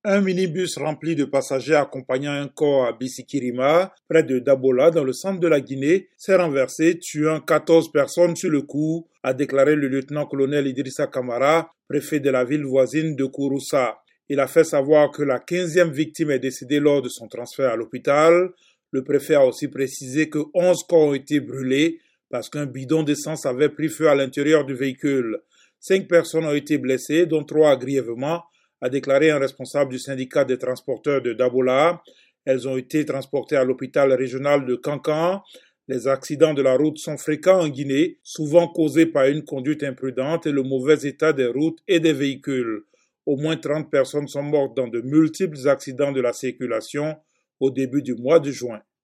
Un minibus rempli de passagers accompagnant un corps à Bisikirima, près de Dabola, dans le centre de la Guinée, s'est renversé, tuant 14 personnes sur le coup, a déclaré le lieutenant-colonel Idrissa Kamara, préfet de la ville voisine de Kouroussa. Il a fait savoir que la 15e victime est décédée lors de son transfert à l'hôpital. Le préfet a aussi précisé que 11 corps ont été brûlés parce qu'un bidon d'essence avait pris feu à l'intérieur du véhicule. 5 personnes ont été blessées, dont 3 grièvement, a déclaré un responsable du syndicat des transporteurs de Dabola. Elles ont été transportées à l'hôpital régional de Kankan. Les accidents de la route sont fréquents en Guinée, souvent causés par une conduite imprudente et le mauvais état des routes et des véhicules. Au moins 30 personnes sont mortes dans de multiples accidents de la circulation au début du mois de juin.